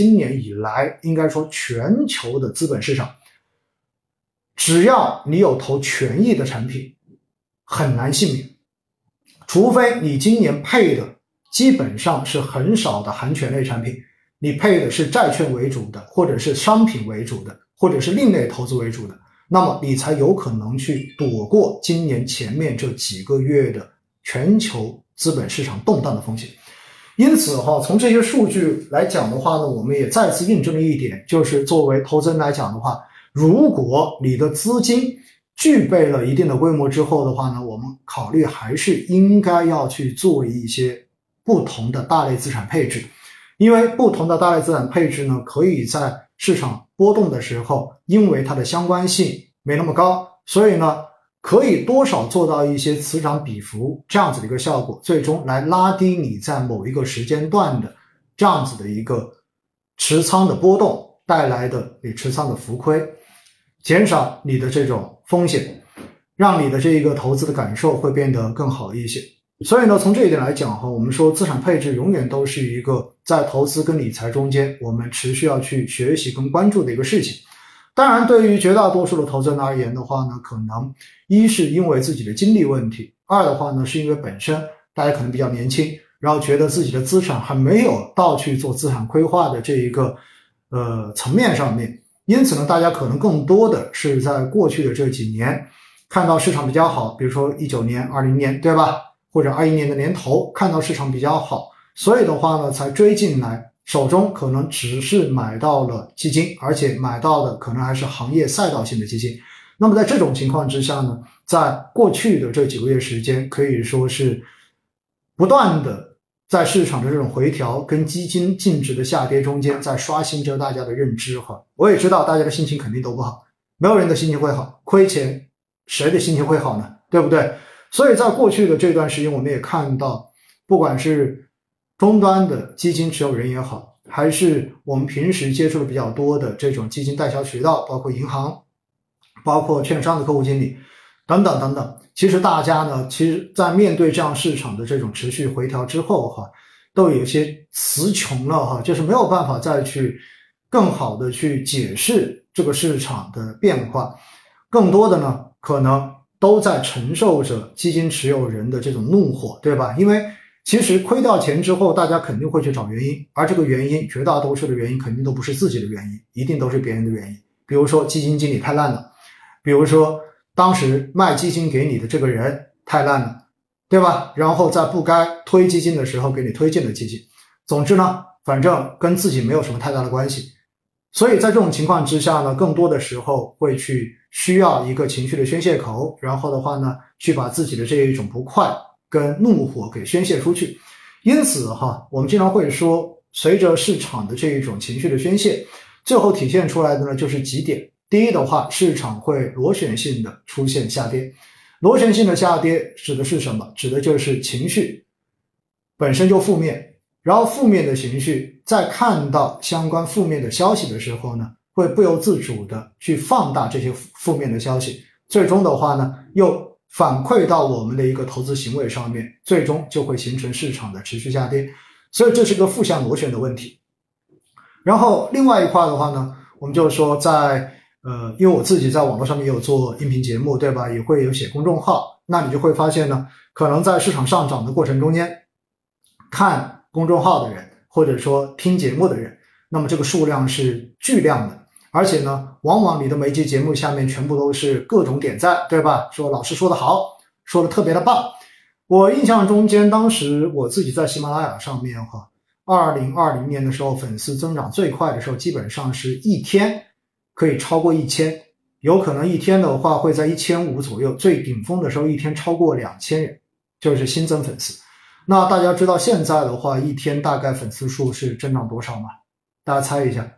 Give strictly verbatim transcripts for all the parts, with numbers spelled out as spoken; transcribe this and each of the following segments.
今年以来应该说全球的资本市场，只要你有投权益的产品，很难幸免，除非你今年配的基本上是很少的含权类产品，你配的是债券为主的，或者是商品为主的，或者是另类投资为主的，那么你才有可能去躲过今年前面这几个月的全球资本市场动荡的风险。因此哈，从这些数据来讲的话呢，我们也再次印证了一点，就是作为投资人来讲的话，如果你的资金具备了一定的规模之后的话呢，我们考虑还是应该要去做一些不同的大类资产配置。因为不同的大类资产配置呢，可以在市场波动的时候，因为它的相关性没那么高，所以呢可以多少做到一些此涨彼伏这样子的一个效果，最终来拉低你在某一个时间段的这样子的一个持仓的波动带来的你持仓的浮亏，减少你的这种风险，让你的这一个投资的感受会变得更好一些。所以呢，从这一点来讲哈，我们说资产配置永远都是一个在投资跟理财中间我们持续要去学习跟关注的一个事情。当然对于绝大多数的投资人而言的话呢，可能一是因为自己的精力问题，二的话呢是因为本身大家可能比较年轻，然后觉得自己的资产还没有到去做资产规划的这一个呃层面上面，因此呢大家可能更多的是在过去的这几年看到市场比较好，比如说一九年二零年对吧，或者二一年的年头看到市场比较好，所以的话呢才追进来，手中可能只是买到了基金，而且买到的可能还是行业赛道性的基金。那么在这种情况之下呢，在过去的这几个月时间可以说是不断的在市场的这种回调跟基金净值的下跌中间在刷新着大家的认知哈。我也知道大家的心情肯定都不好，没有人的心情会好，亏钱谁的心情会好呢，对不对？所以在过去的这段时间我们也看到，不管是终端的基金持有人也好，还是我们平时接触的比较多的这种基金代销渠道，包括银行，包括券商的客户经理等等等等，其实大家呢其实在面对这样市场的这种持续回调之后哈，都有一些词穷了哈，就是没有办法再去更好的去解释这个市场的变化，更多的呢可能都在承受着基金持有人的这种怒火，对吧？因为其实亏掉钱之后大家肯定会去找原因，而这个原因绝大多数的原因肯定都不是自己的原因，一定都是别人的原因。比如说基金经理太烂了，比如说当时卖基金给你的这个人太烂了，对吧？然后在不该推基金的时候给你推荐了基金，总之呢反正跟自己没有什么太大的关系。所以在这种情况之下呢，更多的时候会去需要一个情绪的宣泄口，然后的话呢去把自己的这一种不快跟怒火给宣泄出去。因此哈，我们经常会说，随着市场的这一种情绪的宣泄，最后体现出来的呢就是几点。第一的话，市场会螺旋性的出现下跌。螺旋性的下跌指的是什么？指的就是情绪本身就负面，然后负面的情绪在看到相关负面的消息的时候呢，会不由自主的去放大这些负面的消息，最终的话呢又反馈到我们的一个投资行为上面，最终就会形成市场的持续下跌。所以这是个负向螺旋的问题。然后另外一块的话呢，我们就是说在呃，因为我自己在网络上面也有做音频节目，对吧？也会有写公众号，那你就会发现呢，可能在市场上涨的过程中间，看公众号的人或者说听节目的人，那么这个数量是巨量的，而且呢往往你的每一期节目下面全部都是各种点赞，对吧？说老师说得好，说得特别的棒。我印象中间当时我自己在喜马拉雅上面哈，二零二零年的时候粉丝增长最快的时候，基本上是一天可以超过一千，有可能一天的话会在一千五左右，最顶峰的时候一天超过两千人，就是新增粉丝。那大家知道现在的话一天大概粉丝数是增长多少吗？大家猜一下。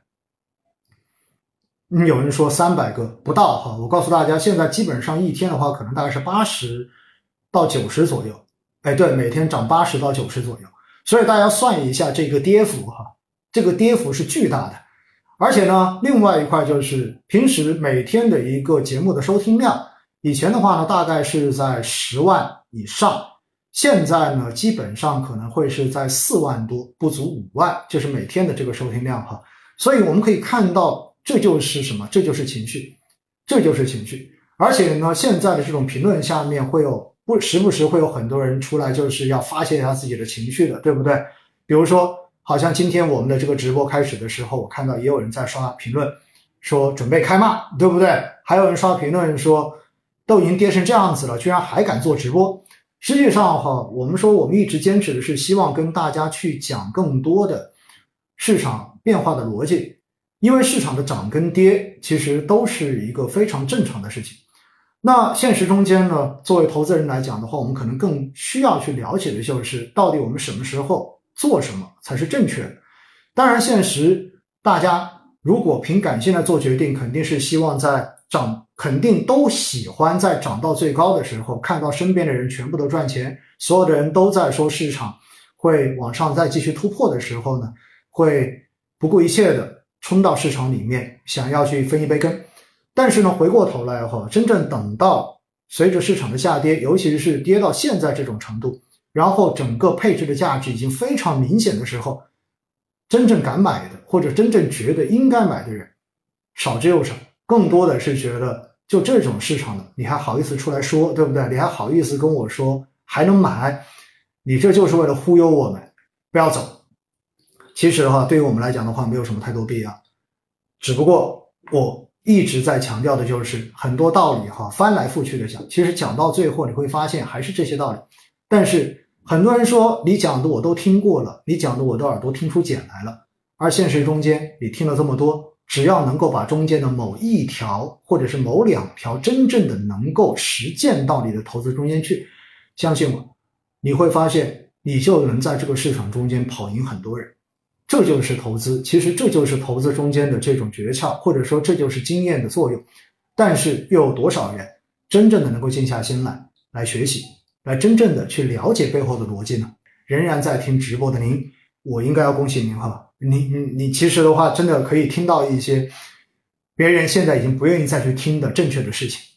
嗯，有人说三百个不到哈，我告诉大家现在基本上一天的话可能大概是八十到九十左右。哎，对，每天涨八十到九十左右。所以大家算一下这个跌幅哈，这个跌幅是巨大的。而且呢，另外一块就是平时每天的一个节目的收听量，以前的话呢大概是在十万以上，现在呢基本上可能会是在四万多，不足五万，就是每天的这个收听量哈。 所以我们可以看到，这就是什么？这就是情绪，这就是情绪。而且呢，现在的这种评论下面会有不时不时会有很多人出来，就是要发泄一下自己的情绪的，对不对？比如说，好像今天我们的这个直播开始的时候，我看到也有人在刷评论，说准备开骂，对不对？还有人刷评论说，都已经跌成这样子了，居然还敢做直播。实际上哈，我们说我们一直坚持的是希望跟大家去讲更多的市场变化的逻辑，因为市场的涨跟跌其实都是一个非常正常的事情。那现实中间呢，作为投资人来讲的话，我们可能更需要去了解的就是到底我们什么时候做什么才是正确的。当然现实大家如果凭感性来做决定，肯定是希望在涨，肯定都喜欢在涨到最高的时候看到身边的人全部都赚钱，所有的人都在说市场会往上再继续突破的时候呢，会不顾一切的冲到市场里面想要去分一杯羹。但是呢，回过头来后，真正等到随着市场的下跌，尤其是跌到现在这种程度，然后整个配置的价值已经非常明显的时候，真正敢买的或者真正觉得应该买的人少之又少，更多的是觉得就这种市场的你还好意思出来说，对不对？你还好意思跟我说还能买，你这就是为了忽悠我们，不要走。其实的话，对于我们来讲的话，没有什么太多必要，只不过我一直在强调的就是很多道理哈，翻来覆去的讲，其实讲到最后你会发现还是这些道理。但是很多人说你讲的我都听过了，你讲的我的耳朵听出茧来了，而现实中间你听了这么多，只要能够把中间的某一条或者是某两条真正的能够实践到你的投资中间去，相信我，你会发现你就能在这个市场中间跑赢很多人。这就是投资，其实这就是投资中间的这种诀窍，或者说这就是经验的作用。但是又有多少人真正的能够静下心来来学习，来真正的去了解背后的逻辑呢？仍然在听直播的您，我应该要恭喜您哈，你你你其实的话真的可以听到一些别人现在已经不愿意再去听的正确的事情。